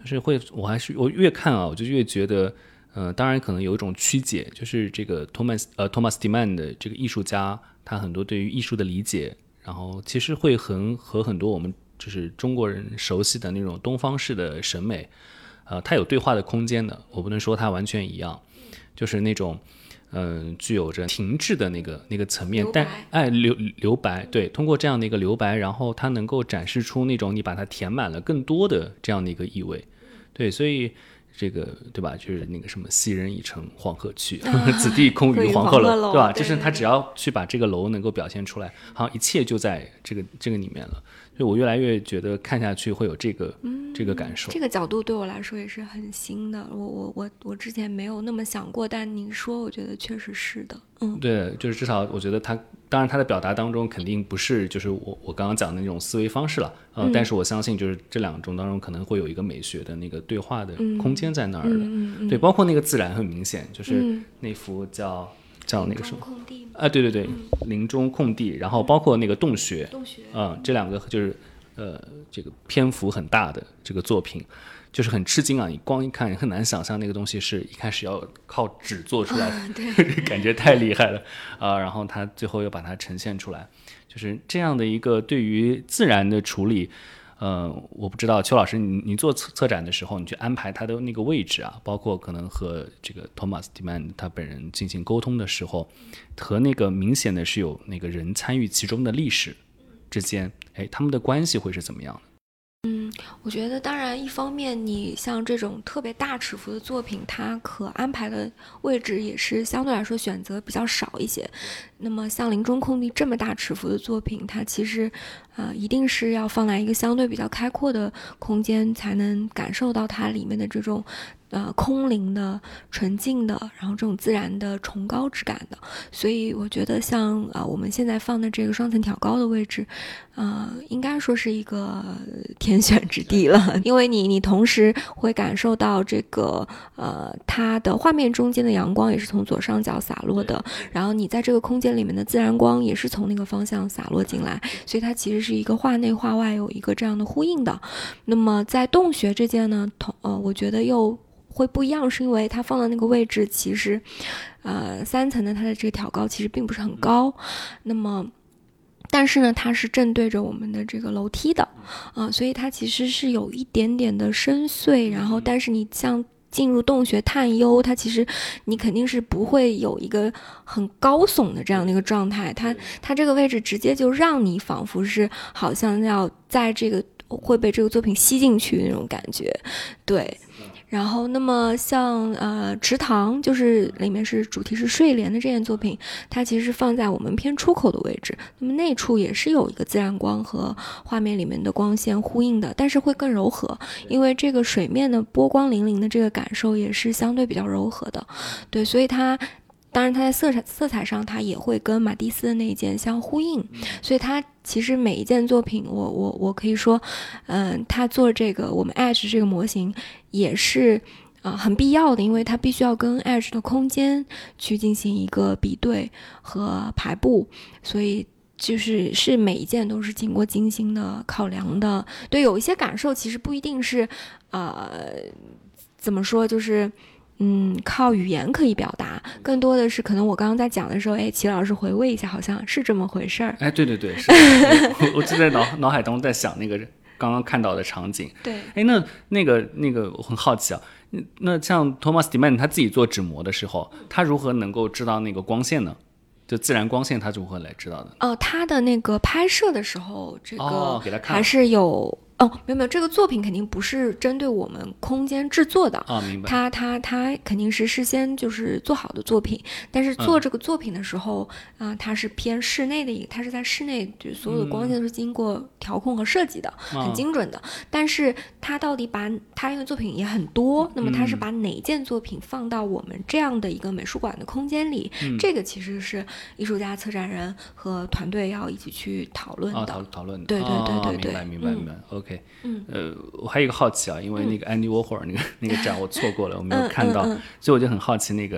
就是我越看啊，我就越觉得，当然可能有一种曲解，就是这个 Thomas Demand 的这个艺术家，他很多对于艺术的理解，然后其实会和很多我们就是中国人熟悉的那种东方式的审美，它有对话的空间的，我不能说它完全一样，就是那种。具有着停滞的那个层面，但留白，对，通过这样的一个留白，然后它能够展示出那种你把它填满了更多的这样的一个意味，对，所以这个对吧？就是那个什么昔人已乘黄河去，子弟空余黄鹤楼，对吧？就是他只要去把这个楼能够表现出来，好像一切就在这个里面了。所以我越来越觉得看下去会有这个感受。 这个角度对我来说也是很新的，我之前没有那么想过，但你说我觉得确实是的。 对，就是至少我觉得他，当然他的表达当中肯定不是就是我刚刚讲的那种思维方式了，但是我相信就是这两种当中可能会有一个美学的那个对话的空间在那儿的，对，包括那个自然很明显，就是那幅叫那个什么空地对，林中空地，然后包括那个洞穴，这两个就是这个篇幅很大的这个作品。就是很吃惊啊！你光一看，你很难想象那个东西是一开始要靠纸做出来的， 对， 感觉太厉害了然后他最后又把它呈现出来，就是这样的一个对于自然的处理。我不知道邱老师，你做策展的时候，你去安排他的那个位置啊，包括可能和这个 Thomas Demand 他本人进行沟通的时候，和那个明显的是有那个人参与其中的历史之间，他们的关系会是怎么样的？ 我觉得当然一方面你像这种特别大尺幅的作品，它可安排的位置也是相对来说选择比较少一些。那么像林中空地这么大尺幅的作品，它其实一定是要放在一个相对比较开阔的空间，才能感受到它里面的这种空灵的、纯净的，然后这种自然的崇高之感的。所以我觉得像我们现在放的这个双层挑高的位置，应该说是一个天选之地了，因为你同时会感受到这个它的画面中间的阳光也是从左上角洒落的，然后你在这个空间里面的自然光也是从那个方向洒落进来，所以它其实是一个画内画外有一个这样的呼应的。那么在洞穴这件呢，我觉得又会不一样，是因为它放的那个位置其实3层的它的这个挑高其实并不是很高，那么但是呢它是正对着我们的这个楼梯的所以它其实是有一点点的深邃，然后但是你像进入洞穴探幽，它其实你肯定是不会有一个很高耸的这样的一个状态，它这个位置直接就让你仿佛是好像要在这个会被这个作品吸进去那种感觉，对。然后那么像池塘，就是里面是主题是睡莲的这件作品，它其实是放在我们偏出口的位置，那么那处也是有一个自然光和画面里面的光线呼应的，但是会更柔和，因为这个水面的波光粼粼的这个感受也是相对比较柔和的，对，所以它当然它在色彩上它也会跟马蒂斯的那一件相呼应，所以它其实每一件作品我可以说它做这个我们 Edge 这个模型也是很必要的，因为它必须要跟 Edge 的空间去进行一个比对和排布，所以是每一件都是经过精心的考量的。对，有一些感受其实不一定是怎么说，就是靠语言可以表达，更多的是可能我刚刚在讲的时候，齐老师回味一下，好像是这么回事儿。 对，是我就在脑海中在想那个刚刚看到的场景。 对， 那个我很好奇啊，那像 Thomas Demand 他自己做纸模的时候，他如何能够知道那个光线呢？就自然光线他如何来知道的？ 他的那个拍摄的时候，这个给他看还是有。没有，这个作品肯定不是针对我们空间制作的明白。 它肯定是事先就是做好的作品，但是做这个作品的时候它是偏室内的它是在室内，就所有的光线都是经过调控和设计的，很精准的。但是它到底它因为作品也很多，那么它是把哪件作品放到我们这样的一个美术馆的空间里，这个其实是艺术家、策展人和团队要一起去讨论的。 讨论的。 对， 明白。OK。我还有一个好奇啊，因为那个 Andy Warhol 那个展我错过了，我没有看到，所以我就很好奇那个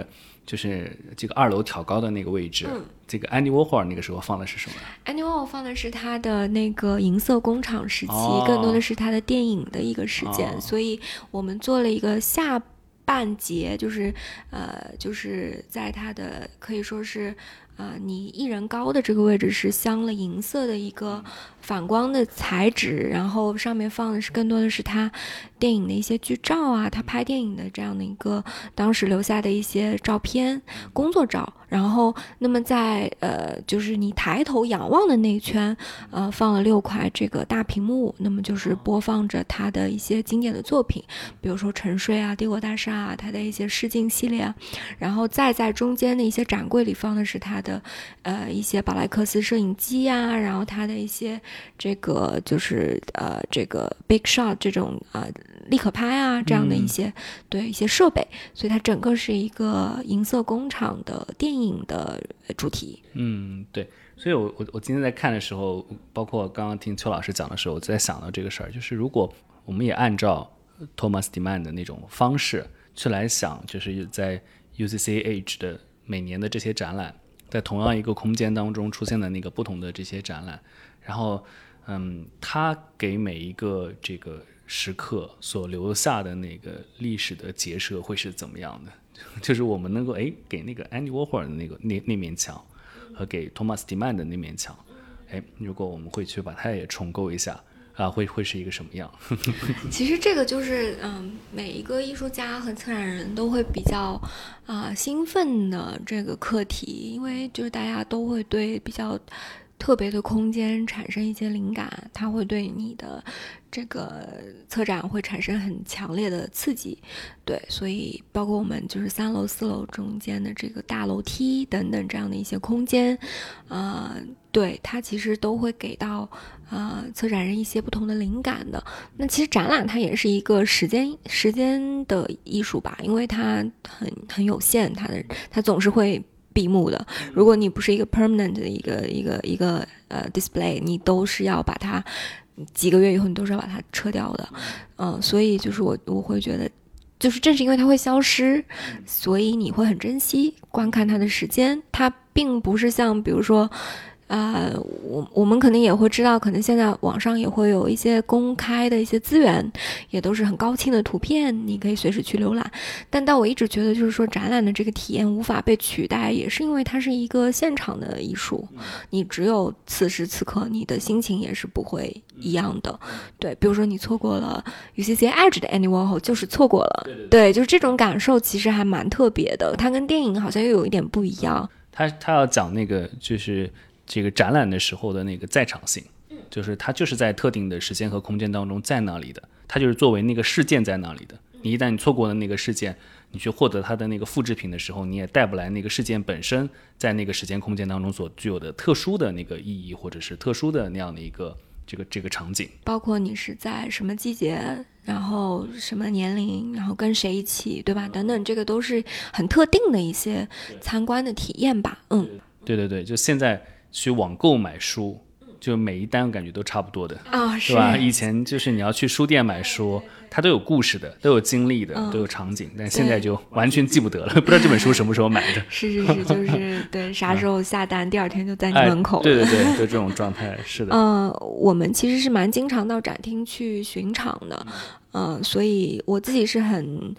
就是这个2楼挑高的那个位置，这个 Andy Warhol 那个时候放的是什么 Andy Warhol 放的是他的那个银色工厂时期，更多的是他的电影的一个时间，所以我们做了一个下半节，就是在他的可以说是你一人高的这个位置是镶了银色的一个反光的材质，然后上面放的是更多的是他电影的一些剧照啊，他拍电影的这样的一个当时留下的一些照片工作照，然后那么在就是你抬头仰望的那一圈放了6块这个大屏幕，那么就是播放着他的一些经典的作品，比如说沉睡啊、帝国大厦啊，他的一些试镜系列啊，然后再在中间的一些展柜里放的是他的一些宝莱克斯摄影机啊，然后他的一些这个就是这个 big shot 这种立可拍啊这样的一些对一些设备，所以它整个是一个银色工厂的电影的主题。 对，所以我今天在看的时候，包括刚刚听邱老师讲的时候，我在想到这个事儿，就是如果我们也按照 Thomas Demand 的那种方式去来想，就是在 UCCAH 的每年的这些展览，在同样一个空间当中出现的那个不同的这些展览，然后它给每一个这个时刻所留下的那个历史的结社会是怎么样的？就是我们能够给那个 Andy Warhol 的那面墙和给 Thomas Demand 的那面墙，如果我们会去把它也重构一下会是一个什么样？ 其实这个就是每一个艺术家和策展人都会比较兴奋的这个课题，因为就是大家都会对比较特别的空间产生一些灵感，它会对你的这个策展会产生很强烈的刺激。对，所以包括我们就是3楼4楼中间的这个大楼梯等等这样的一些空间对，它其实都会给到策展人一些不同的灵感的。那其实展览它也是一个时间的艺术吧，因为它很有限，它总是会闭幕的。如果你不是一个 permanent 的一个display， 你都是要把它几个月以后你都是要把它撤掉的。所以就是我会觉得，就是正是因为它会消失，所以你会很珍惜观看它的时间。它并不是像比如说我们可能也会知道，可能现在网上也会有一些公开的一些资源，也都是很高清的图片，你可以随时去浏览。但我一直觉得就是说展览的这个体验无法被取代，也是因为它是一个现场的艺术，你只有此时此刻你的心情也是不会一样的。对，比如说你错过了 UCCAH 的 Andy Warhol 就是错过了，对，就是这种感受其实还蛮特别的，它跟电影好像又有一点不一样。 他要讲那个就是这个展览的时候的那个在场性，就是它就是在特定的时间和空间当中在那里的，它就是作为那个事件在那里的。你一旦你错过了那个事件，你去获得它的那个复制品的时候，你也带不来那个事件本身在那个时间空间当中所具有的特殊的那个意义，或者是特殊的那样的一个这个场景。 包括你是在什么季节，然后什么年龄，然后跟谁一起，对吧？等等，这个都是很特定的一些参观的体验吧。 对，就现在去网购买书，就每一单感觉都差不多的是吧？以前就是你要去书店买书，它都有故事的，都有经历的，都有场景，但现在就完全记不得了，不知道这本书什么时候买的。 是，就是对，啥时候下单，第二天就在你门口了。 对，就这种状态，是的。 我们其实是蛮经常到展厅去巡场的，所以我自己是很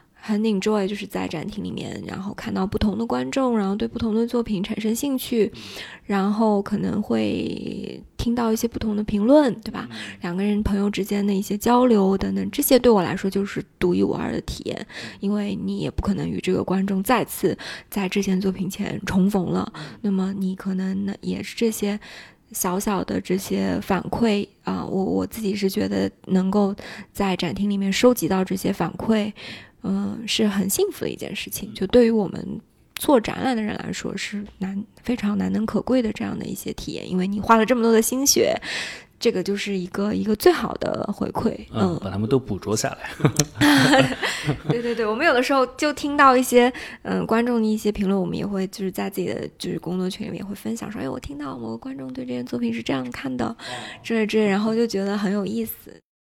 enjoy 就是在展厅里面，然后看到不同的观众，然后对不同的作品产生兴趣，然后可能会听到一些不同的评论，对吧？两个人朋友之间的一些交流等等，这些对我来说就是独一无二的体验，因为你也不可能与这个观众再次在之前作品前重逢了，那么你可能也是这些小小的这些反馈我自己是觉得能够在展厅里面收集到这些反馈是很幸福的一件事情，就对于我们做展览的人来说是非常难能可贵的这样的一些体验，因为你花了这么多的心血，这个就是一个最好的回馈。 把他们都捕捉下来。 对，我们有的时候就听到一些观众的一些评论，我们也会就是在自己的就是工作群里面也会分享说，我听到某个观众对这件作品是这样看的之类，然后就觉得很有意思。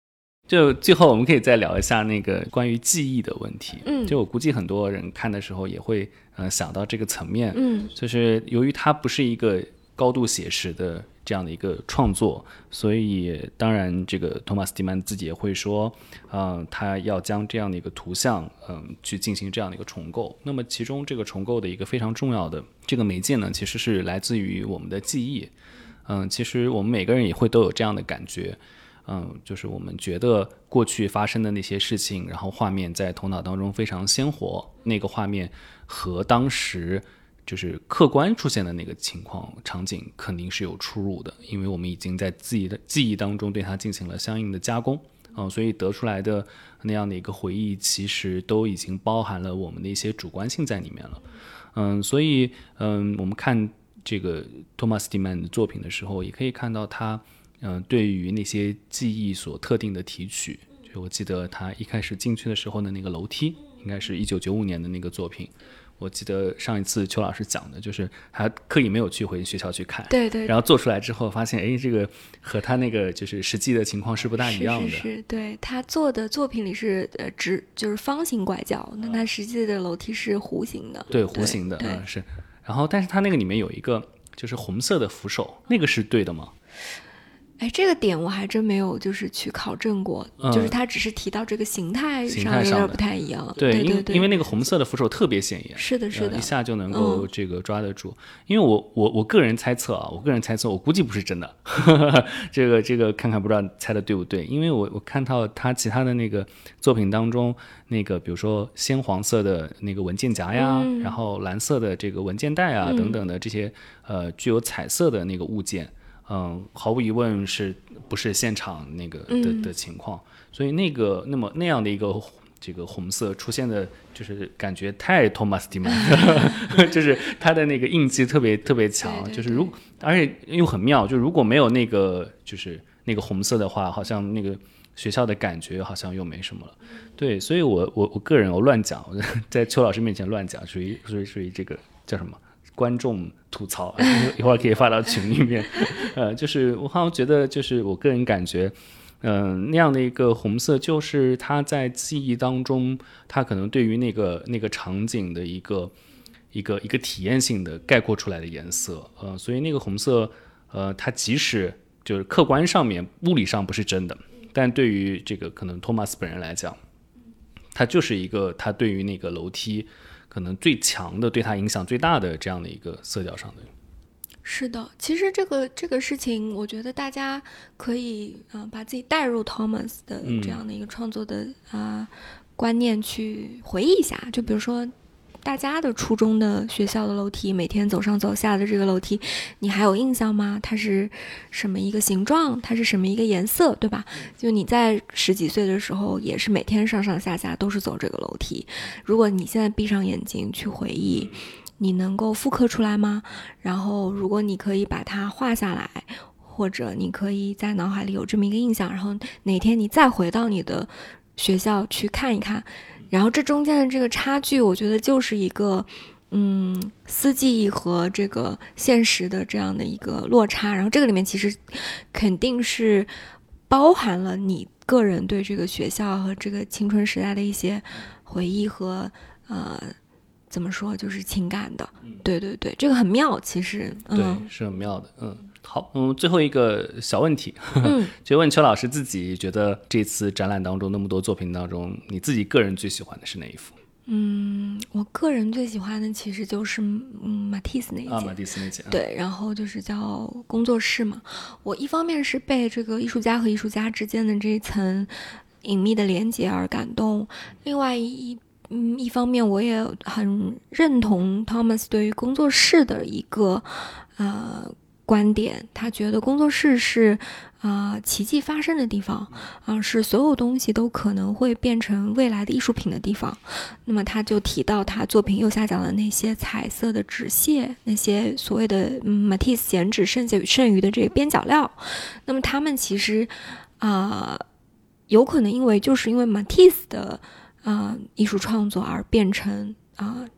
就最后我们可以再聊一下那个关于记忆的问题。就我估计很多人看的时候也会想到这个层面。就是由于它不是一个高度写实的这样的一个创作，所以当然这个托马斯蒂曼自己也会说他要将这样的一个图像去进行这样的一个重构。那么其中这个重构的一个非常重要的这个媒介呢，其实是来自于我们的记忆。其实我们每个人也会都有这样的感觉。就是我们觉得过去发生的那些事情，然后画面在头脑当中非常鲜活，那个画面和当时就是客观出现的那个情况场景肯定是有出入的，因为我们已经在自己的记忆当中对它进行了相应的加工。所以得出来的那样的一个回忆其实都已经包含了我们的一些主观性在里面了。所以我们看这个托马斯蒂曼的作品的时候，也可以看到他对于那些记忆所特定的提取。就我记得他一开始进去的时候的那个楼梯，应该是1995年的那个作品。我记得上一次邱老师讲的，就是他刻意没有去回学校去看， 对对， 然后做出来之后发现，这个和他那个就是实际的情况是不大一样的。 是，对，他做的作品里是就是方形拐角，那他实际的楼梯是弧形的。 对，弧形的，是。然后，但是他那个里面有一个就是红色的扶手，那个是对的吗？ 这个点我还真没有就是去考证过，就是他只是提到这个形态上有点不太一样。 对， 对， 因为那个红色的扶手特别显眼， 是的， 一下就能够这个抓得住。因为我个人猜测啊，我估计不是真的，这个看看不知道猜的对不对。因为我看到他其他的那个作品当中，那个比如说鲜黄色的那个文件夹呀，然后蓝色的这个文件袋啊等等的这些具有彩色的那个物件。毫无疑问是不是现场那个的情况，所以那样的一个这个红色出现的，就是感觉太托马斯蒂曼，就是他的那个印记特别特别强， 对， 就是而且又很妙，就如果没有那个就是那个红色的话，好像那个学校的感觉好像又没什么了。对，所以我个人我乱讲，我在邱老师面前乱讲，属于这个叫什么？观众吐槽，一会儿可以发到群里面。就是我好像觉得，就是我个人感觉，那样的一个红色，就是他在记忆当中，他可能对于那个场景的一个体验性的概括出来的颜色。所以那个红色，它即使就是客观上面物理上不是真的，但对于这个可能托马斯本人来讲，它就是一个他对于那个楼梯。可能最强的对他影响最大的这样的一个色调上的。 是的，其实这个事情，我觉得大家可以把自己带入 Thomas 的这样的一个创作的观念去回忆一下，就比如说大家的初中的学校的楼梯，每天走上走下的这个楼梯，你还有印象吗？它是什么一个形状？它是什么一个颜色？对吧？就你在10几岁的时候，也是每天上上下下都是走这个楼梯。如果你现在闭上眼睛去回忆，你能够复刻出来吗？然后，如果你可以把它画下来，或者你可以在脑海里有这么一个印象，然后哪天你再回到你的学校去看一看。然后这中间的这个差距，我觉得就是一个，私记忆和这个现实的这样的一个落差。然后这个里面其实肯定是包含了你个人对这个学校和这个青春时代的一些回忆和怎么说，就是情感的。对，这个很妙，其实。 对，是很妙的。好，最后一个小问题，就问邱老师自己觉得这次展览当中那么多作品当中，你自己个人最喜欢的是哪一幅？ 我个人最喜欢的其实就是马蒂斯那一件马蒂斯那件。 对，然后就是叫工作室嘛。我一方面是被这个艺术家和艺术家之间的这一层隐秘的连接而感动，另外一方面我也很认同 Thomas 对于工作室的一个观点，他觉得工作室是奇迹发生的地方，是所有东西都可能会变成未来的艺术品的地方。那么他就提到他作品右下角的那些彩色的纸屑，那些所谓的Matisse 剪纸剩余的这个边角料，那么他们其实有可能因为 Matisse 的艺术创作而变成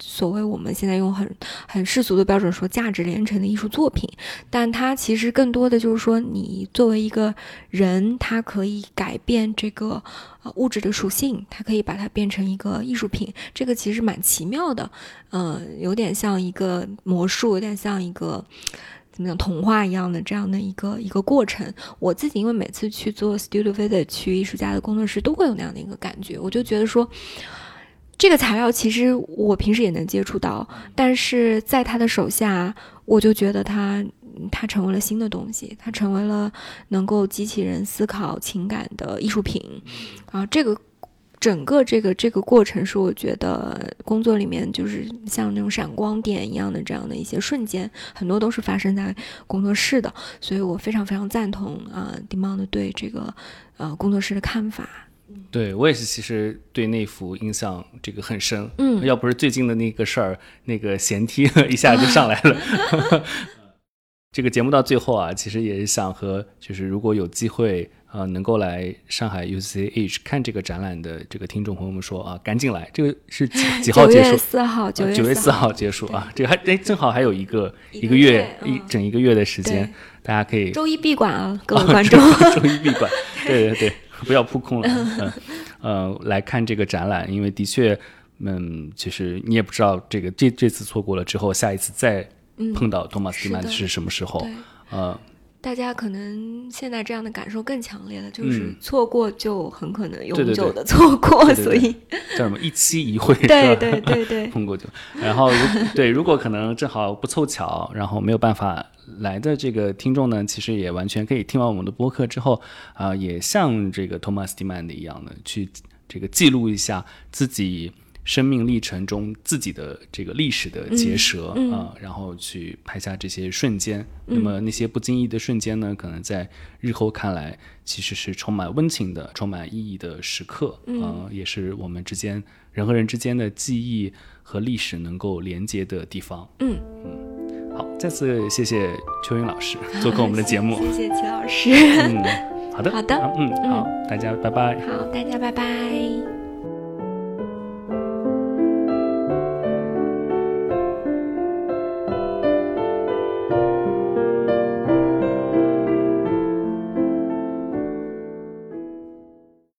所谓我们现在用很世俗的标准说价值连城的艺术作品，但它其实更多的就是说，你作为一个人，它可以改变这个物质的属性，它可以把它变成一个艺术品，这个其实蛮奇妙的，有点像一个魔术，有点像一个怎么讲童话一样的这样的一个过程。我自己因为每次去做 studio visit 去艺术家的工作室都会有那样的一个感觉，我就觉得说这个材料其实我平时也能接触到，但是在他的手下我就觉得它成为了新的东西，它成为了能够激起人思考情感的艺术品啊。这个整个这个过程是我觉得工作里面就是像那种闪光点一样的这样的一些瞬间，很多都是发生在工作室的，所以我非常非常赞同Dimond 对这个工作室的看法。 对，我也是，其实对那幅印象这个很深，要不是最近的那个事儿，那个闲梯一下就上来了。这个节目到最后啊，其实也是想和就是如果有机会能够来上海 UCCH 看这个展览的这个听众朋友们说啊，赶紧来，这个是几号结束？9月4号结束啊，这个还正好还有一个月整一个月的时间，大家可以周一闭馆啊，各位观众， 周一闭馆，对对对，不要扑空了，来看这个展览，因为的确，其实你也不知道这次错过了之后，下一次再碰到托马斯蒂曼是什么时候， 大家可能现在这样的感受更强烈了，就是错过就很可能永久的错过， 对对对， 所以叫什么一期一会， 对对对对， 碰过就，然后如果可能正好不凑巧，然后没有办法来的这个听众呢，其实也完全可以听完我们的播客之后也像这个托马斯蒂曼的一样的去这个记录一下自己生命历程中自己的这个历史的结舌然后去拍下这些瞬间，那么那些不经意的瞬间呢，可能在日后看来其实是充满温情的、充满意义的时刻，也是我们之间人和人之间的记忆和历史能够连接的地方。好，再次谢谢邱云老师做客我们的节目， 谢谢齐老师。 好的， 好的， 好，大家拜拜。 好，大家拜拜。